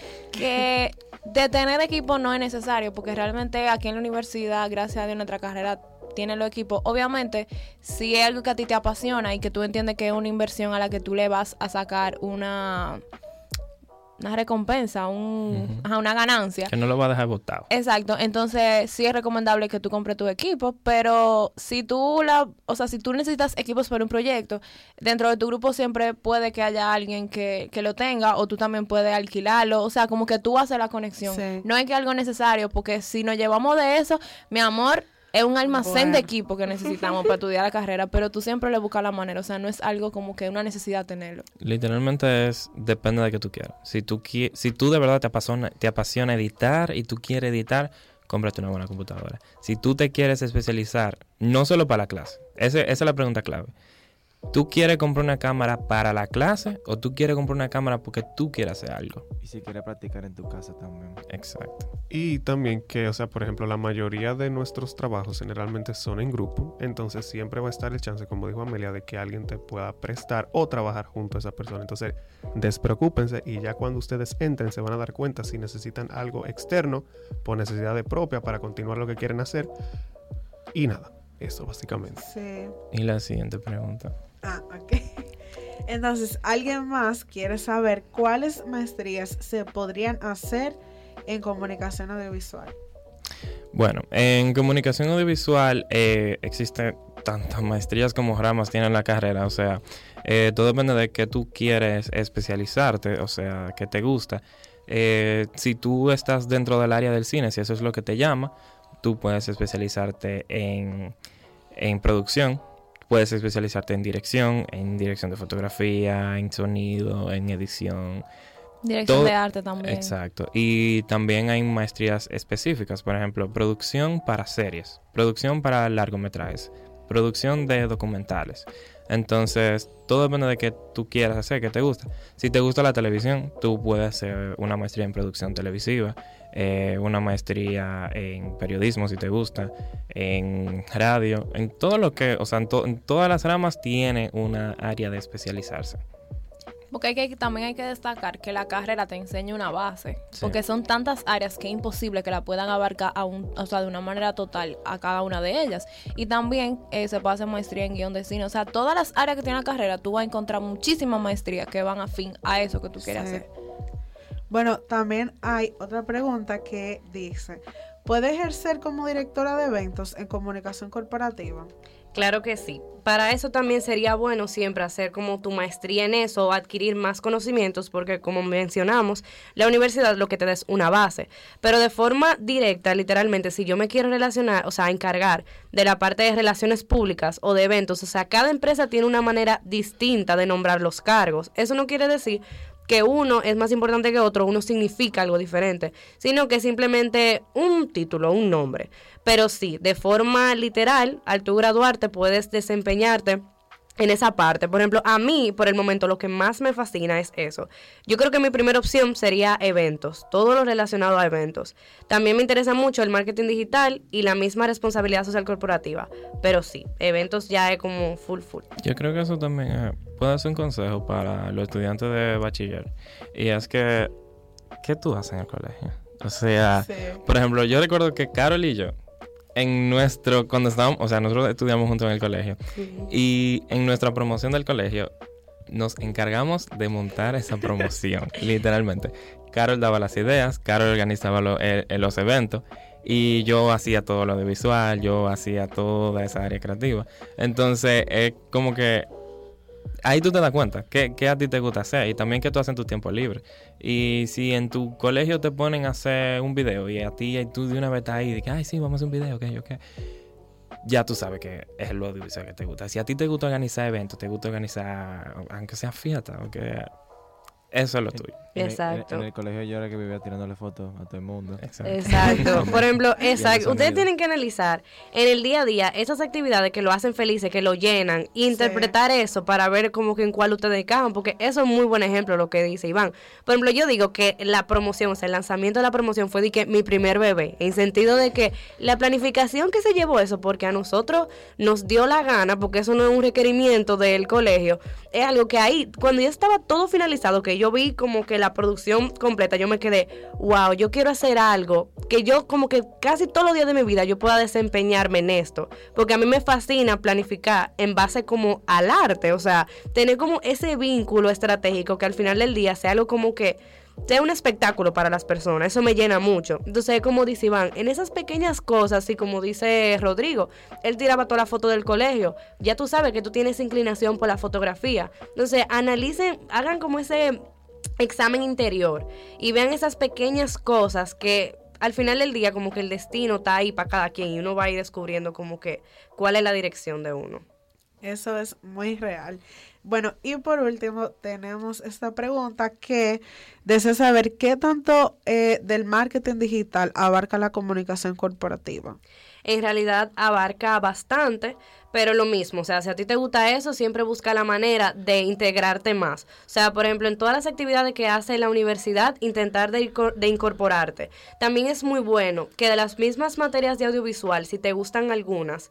Que de tener equipo no es necesario, porque realmente aquí en la universidad, gracias a Dios, nuestra carrera tiene los equipos. Obviamente, si es algo que a ti te apasiona y que tú entiendes que es una inversión a la que tú le vas a sacar una... una recompensa, un, Uh-huh. ajá, una ganancia. Que no lo va a dejar botado. Exacto, entonces sí es recomendable que tú compres tu equipo, pero si tú la, o sea, si tú necesitas equipos para un proyecto, dentro de tu grupo siempre puede que haya alguien que, que lo tenga o tú también puedes alquilarlo, o sea, como que tú haces la conexión. Sí. No es que algo necesario, porque si nos llevamos de eso, mi amor, es un almacén Bueno. de equipo que necesitamos para estudiar la carrera, pero tú siempre le buscas la manera, o sea, no es algo como que una necesidad tenerlo. Literalmente es, depende de que tú quieras. Si tú, qui- si tú de verdad te apasiona, te apasiona editar y tú quieres editar, cómprate una buena computadora. Si tú te quieres especializar, no solo para la clase, ese, esa es la pregunta clave. ¿Tú quieres comprar una cámara para la clase o tú quieres comprar una cámara porque tú quieres hacer algo? Y si quieres practicar en tu casa también. Exacto. Y también que, o sea, por ejemplo, la mayoría de nuestros trabajos generalmente son en grupo, entonces siempre va a estar el chance, como dijo Amelia, de que alguien te pueda prestar o trabajar junto a esa persona. Entonces, despreocúpense y ya cuando ustedes entren se van a dar cuenta si necesitan algo externo por necesidad de propia para continuar lo que quieren hacer. Y nada, eso básicamente. Sí. Y la siguiente pregunta. Ah, ok. Entonces, ¿alguien más quiere saber cuáles maestrías se podrían hacer en comunicación audiovisual? Bueno, en comunicación audiovisual eh, existen tantas maestrías como ramas tiene la carrera, o sea, eh, todo depende de qué tú quieres especializarte, o sea, qué te gusta. Eh, si tú estás dentro del área del cine, si eso es lo que te llama, tú puedes especializarte en, en producción, puedes especializarte en dirección, en dirección de fotografía, en sonido, en edición. Dirección Todo- de arte también. Exacto. Y también hay maestrías específicas, por ejemplo, producción para series, producción para largometrajes, producción de documentales. Entonces, todo depende de qué tú quieras hacer, qué te gusta. Si te gusta la televisión, tú puedes hacer una maestría en producción televisiva, eh, una maestría en periodismo si te gusta, en radio, en todo lo que, o sea, en, to- en todas las ramas tiene una área de especializarse. Porque hay que, también hay que destacar que la carrera te enseña una base. Sí. Porque son tantas áreas que es imposible que la puedan abarcar a un, o sea, de una manera total a cada una de ellas. Y también eh, se puede hacer maestría en guión de cine. O sea, todas las áreas que tiene la carrera, tú vas a encontrar muchísimas maestrías que van afín a eso que tú quieres Sí. hacer. Bueno, también hay otra pregunta que dice, ¿puede ejercer como directora de eventos en comunicación corporativa? Claro que sí. Para eso también sería bueno siempre hacer como tu maestría en eso o adquirir más conocimientos porque como mencionamos, la universidad lo que te da es una base. Pero de forma directa, literalmente, si yo me quiero relacionar, o sea, encargar de la parte de relaciones públicas o de eventos, o sea, cada empresa tiene una manera distinta de nombrar los cargos. Eso no quiere decir que uno es más importante que otro, uno significa algo diferente, sino que es simplemente un título, un nombre. Pero sí, de forma literal, al tú graduarte puedes desempeñarte en esa parte. Por ejemplo, a mí, por el momento, lo que más me fascina es eso. Yo creo que mi primera opción sería eventos, todo lo relacionado a eventos. También me interesa mucho el marketing digital y la misma responsabilidad social corporativa. Pero sí, eventos ya es como full, full. Yo creo que eso también eh, puede ser un consejo para los estudiantes de bachiller. Y es que, ¿qué tú haces en el colegio? O sea, Sí. por ejemplo, yo recuerdo que Carol y yo, en nuestro, cuando estábamos, o sea, nosotros estudiamos juntos en el colegio. Y en nuestra promoción del colegio, nos encargamos de montar esa promoción, literalmente. Carol daba las ideas, Carol organizaba lo- eh, eh, los eventos. Y yo hacía todo lo de visual, yo hacía toda esa área creativa. Entonces, es como que ahí tú te das cuenta que, que a ti te gusta hacer y también que tú haces en tu tiempo libre. Y si en tu colegio te ponen a hacer un video y a ti y tú de una vez estás ahí y dices, ay, sí, vamos a hacer un video, ok, ok. Ya tú sabes que es el audiovisual que te gusta. Si a ti te gusta organizar eventos, te gusta organizar, aunque sea fiesta, aunque eso es lo tuyo. En el- Exacto. En, en el colegio yo era que vivía tirándole fotos a todo el mundo. Exacto. Exacto. Por ejemplo, exacto. sonido. Ustedes tienen que analizar en el día a día esas actividades que lo hacen felices, que lo llenan, e interpretar eso para ver como que en cuál ustedes encajan, porque eso es muy buen ejemplo lo que dice Iván. Por ejemplo, yo digo que la promoción, o sea, el lanzamiento de la promoción fue de que mi primer bebé, en sentido de que la planificación que se llevó eso, porque a nosotros nos dio la gana, porque eso no es un requerimiento del colegio, es algo que ahí, cuando ya estaba todo finalizado, que yo vi como que la producción completa, yo me quedé, wow, yo quiero hacer algo que yo como que casi todos los días de mi vida yo pueda desempeñarme en esto, porque a mí me fascina planificar en base como al arte, o sea, tener como ese vínculo estratégico que al final del día sea algo como que sea un espectáculo para las personas, eso me llena mucho. Entonces, como dice Iván, en esas pequeñas cosas, y como dice Rodrigo, él tiraba toda la foto del colegio, ya tú sabes que tú tienes inclinación por la fotografía, entonces analicen, hagan como ese examen interior y vean esas pequeñas cosas que al final del día como que el destino está ahí para cada quien y uno va a ir descubriendo como que cuál es la dirección de uno. Eso es muy real. Bueno, y por último tenemos esta pregunta que desea saber qué tanto eh, del marketing digital abarca la comunicación corporativa. En realidad abarca bastante, pero lo mismo, o sea, si a ti te gusta eso, siempre busca la manera de integrarte más. O sea, por ejemplo, en todas las actividades que hace la universidad, intentar de, de incorporarte. También es muy bueno que de las mismas materias de audiovisual, si te gustan algunas,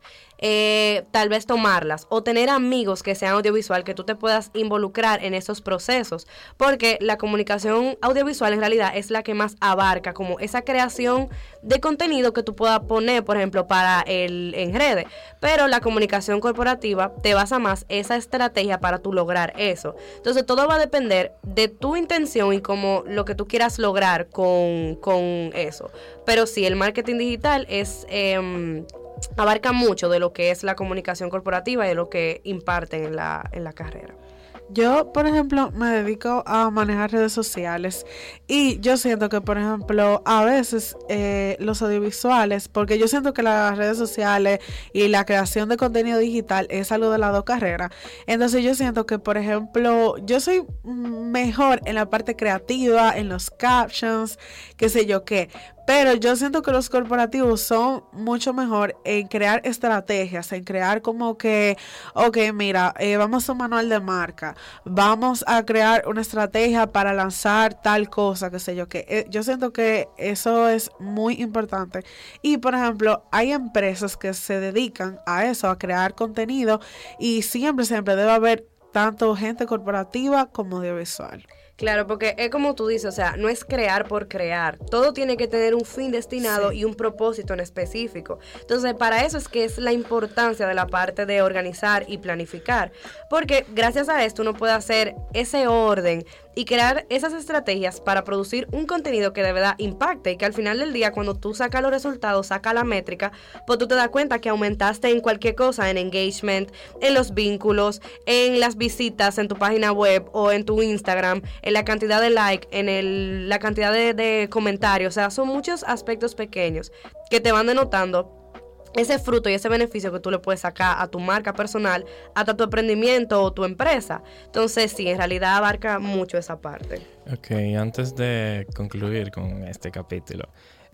eh, tal vez tomarlas o tener amigos que sean audiovisual, que tú te puedas involucrar en esos procesos, porque la comunicación audiovisual en realidad es la que más abarca como esa creación de contenido que tú puedas poner, por ejemplo, para el en redes, pero la comunicación corporativa te basa más esa estrategia para tú lograr eso. Entonces todo va a depender de tu intención y como lo que tú quieras lograr con, con eso. Pero sí, el marketing digital es eh, abarca mucho de lo que es la comunicación corporativa y de lo que imparten en la, en la carrera. Yo, por ejemplo, me dedico a manejar redes sociales y yo siento que, por ejemplo, a veces eh, los audiovisuales, porque yo siento que las redes sociales y la creación de contenido digital es algo de las dos carreras. Entonces yo siento que, por ejemplo, yo soy mejor en la parte creativa, en los captions, qué sé yo qué. Pero yo siento que los corporativos son mucho mejor en crear estrategias, en crear como que, ok, mira, eh, vamos a un manual de marca, vamos a crear una estrategia para lanzar tal cosa, qué sé yo qué. Eh, yo siento que eso es muy importante. Y, por ejemplo, hay empresas que se dedican a eso, a crear contenido y siempre, siempre debe haber tanto gente corporativa como audiovisual. Claro, porque es como tú dices, o sea, no es crear por crear. Todo tiene que tener un fin destinado sí. y un propósito en específico. Entonces, para eso es que es la importancia de la parte de organizar y planificar. Porque gracias a esto uno puede hacer ese orden y crear esas estrategias para producir un contenido que de verdad impacte y que al final del día, cuando tú sacas los resultados, sacas la métrica, pues tú te das cuenta que aumentaste en cualquier cosa, en engagement, en los vínculos, en las visitas en tu página web o en tu Instagram, en la cantidad de like, en el, la cantidad de, de comentarios. O sea, son muchos aspectos pequeños que te van denotando ese fruto y ese beneficio que tú le puedes sacar a tu marca personal, hasta tu emprendimiento o tu empresa. Entonces, sí, en realidad abarca mucho esa parte. Ok, antes de concluir con este capítulo,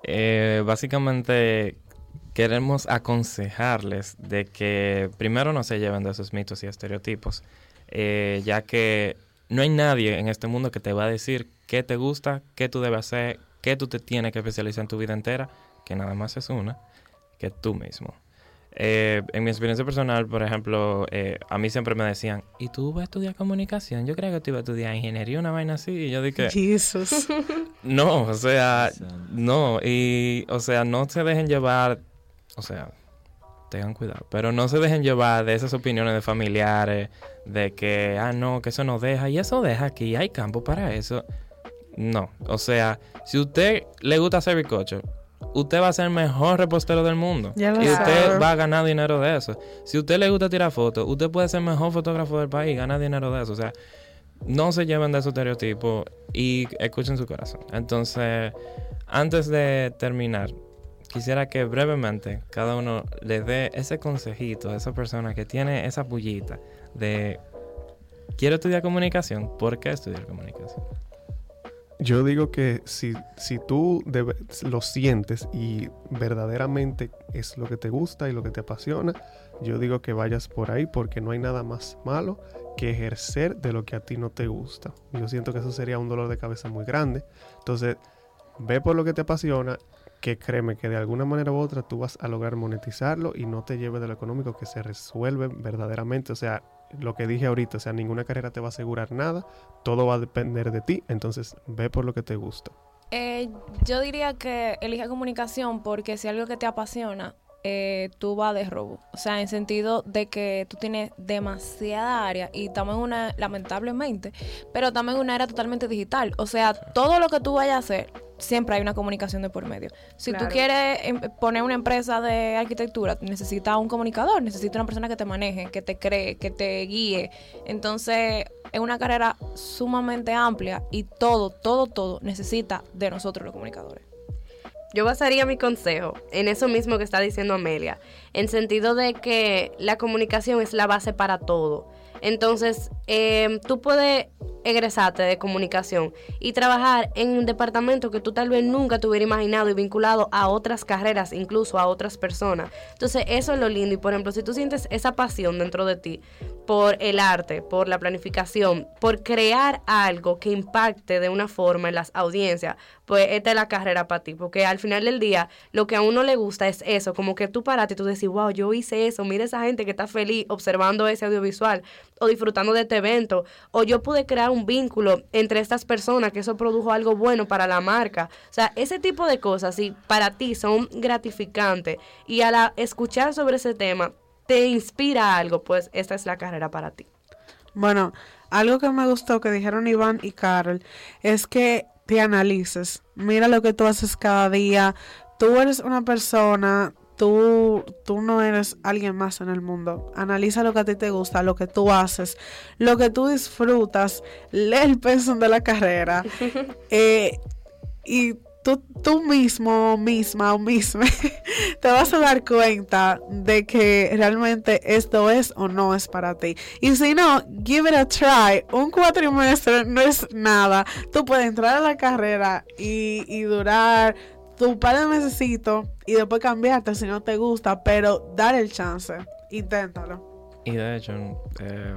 eh, básicamente queremos aconsejarles de que primero no se lleven de esos mitos y estereotipos, eh, ya que no hay nadie en este mundo que te va a decir qué te gusta, qué tú debes hacer, qué tú te tienes que especializar en tu vida entera, que nada más es una, que tú mismo. Eh, en mi experiencia personal, por ejemplo, eh, a mí siempre me decían, ¿y tú vas a estudiar comunicación? Yo creo que tú ibas a estudiar ingeniería, una vaina así. Y yo dije, Jesús. No, o sea, no. Y, o sea, no se dejen llevar, o sea, tengan cuidado, pero no se dejen llevar de esas opiniones de familiares, de que, ah, no, que eso no deja, y eso deja aquí, hay campo para eso. No, o sea, si a usted le gusta hacer bizcocho, usted va a ser el mejor repostero del mundo. Ya lo Y usted sabe. va a ganar dinero de eso. Si a usted le gusta tirar fotos, usted puede ser el mejor fotógrafo del país y ganar dinero de eso. O sea, no se lleven de esos estereotipos y escuchen su corazón. Entonces, antes de terminar, quisiera que brevemente cada uno le dé ese consejito a esa persona que tiene esa pullita de quiero estudiar comunicación. ¿Por qué estudiar comunicación? Yo digo que si, si tú debe- lo sientes y verdaderamente es lo que te gusta y lo que te apasiona, yo digo que vayas por ahí porque no hay nada más malo que ejercer de lo que a ti no te gusta. Yo siento que eso sería un dolor de cabeza muy grande. Entonces, ve por lo que te apasiona, que créeme que de alguna manera u otra tú vas a lograr monetizarlo y no te lleves de lo económico, que se resuelve verdaderamente. O sea, lo que dije ahorita, o sea, ninguna carrera te va a asegurar nada, todo va a depender de ti, entonces ve por lo que te gusta. Eh, yo diría que elige comunicación porque si algo que te apasiona, eh, tú vas de robo. O sea, en sentido de que tú tienes demasiada área y estamos en una, lamentablemente, pero estamos en una era totalmente digital. O sea, todo lo que tú vayas a hacer, siempre hay una comunicación de por medio. Si Claro. tú quieres em, poner una empresa de arquitectura, necesitas un comunicador, necesitas una persona que te maneje, que te cree, que te guíe. Entonces, es una carrera sumamente amplia y todo, todo, todo necesita de nosotros los comunicadores. Yo basaría mi consejo en eso mismo que está diciendo Amelia, en sentido de que la comunicación es la base para todo. Entonces, eh, tú puedes egresarte de comunicación y trabajar en un departamento que tú tal vez nunca te hubiera imaginado y vinculado a otras carreras, incluso a otras personas. Entonces, eso es lo lindo. Y, por ejemplo, si tú sientes esa pasión dentro de ti por el arte, por la planificación, por crear algo que impacte de una forma en las audiencias, pues esta es la carrera para ti. Porque al final del día, lo que a uno le gusta es eso, como que tú paraste y tú decís, wow, yo hice eso, mira esa gente que está feliz observando ese audiovisual o disfrutando de este evento, o yo pude crear un vínculo entre estas personas, que eso produjo algo bueno para la marca. O sea, ese tipo de cosas, si para ti son gratificantes y al a- escuchar sobre ese tema te inspira algo, pues esta es la carrera para ti. Bueno, algo que me gustó que dijeron Iván y Carol es que te analices. Mira lo que tú haces cada día. Tú eres una persona, tú, tú no eres alguien más en el mundo. Analiza lo que a ti te gusta, lo que tú haces, lo que tú disfrutas. Lee el pensum de la carrera. eh, y tú, tú mismo, misma o misma, te vas a dar cuenta de que realmente esto es o no es para ti. Y si no, give it a try. Un cuatrimestre no es nada. Tú puedes entrar a la carrera y, y durar tu par de mesecitos y después cambiarte si no te gusta, pero dar el chance. Inténtalo. Y de hecho, eh,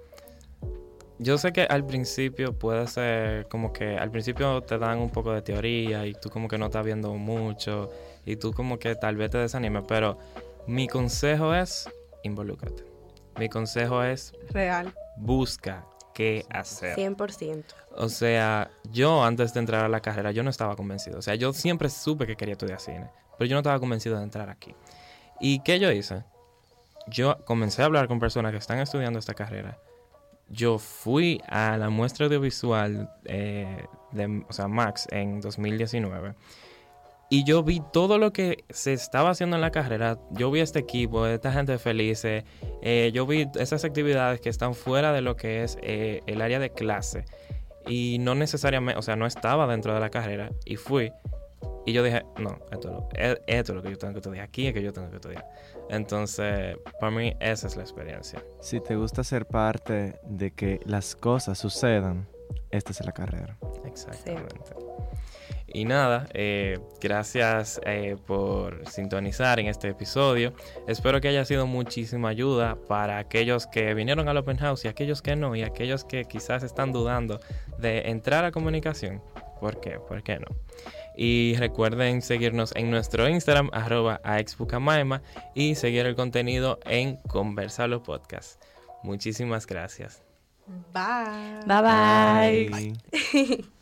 yo sé que al principio puede ser como que al principio te dan un poco de teoría y tú como que no estás viendo mucho y tú como que tal vez te desanimes, pero mi consejo es involúcrate. Mi consejo es Real. busca qué hacer. cien por ciento. O sea, yo antes de entrar a la carrera yo no estaba convencido. O sea, yo siempre supe que quería estudiar cine, pero yo no estaba convencido de entrar aquí. ¿Y qué yo hice? Yo comencé a hablar con personas que están estudiando esta carrera. Yo fui a la muestra audiovisual eh, de, o sea, Max en dos mil diecinueve y yo vi todo lo que se estaba haciendo en la carrera. Yo vi este equipo, esta gente feliz, eh, yo vi esas actividades que están fuera de lo que es eh, el área de clase y no necesariamente, o sea, no estaba dentro de la carrera y fui y yo dije, no, esto, lo- e- esto es lo que yo tengo que estudiar, aquí es que yo tengo que estudiar. Entonces, para mí esa es la experiencia. Si te gusta ser parte de que las cosas sucedan, esta es la carrera. Exactamente. Y nada, eh, gracias eh, por sintonizar en este episodio. Espero que haya sido muchísima ayuda para aquellos que vinieron al Open House y aquellos que no, y aquellos que quizás están dudando de entrar a comunicación. ¿Por qué? ¿Por qué no? Y recuerden seguirnos en nuestro Instagram, arroba aexbucamaima, y seguir el contenido en Conversalo Podcast. Muchísimas gracias. Bye. Bye bye. Bye.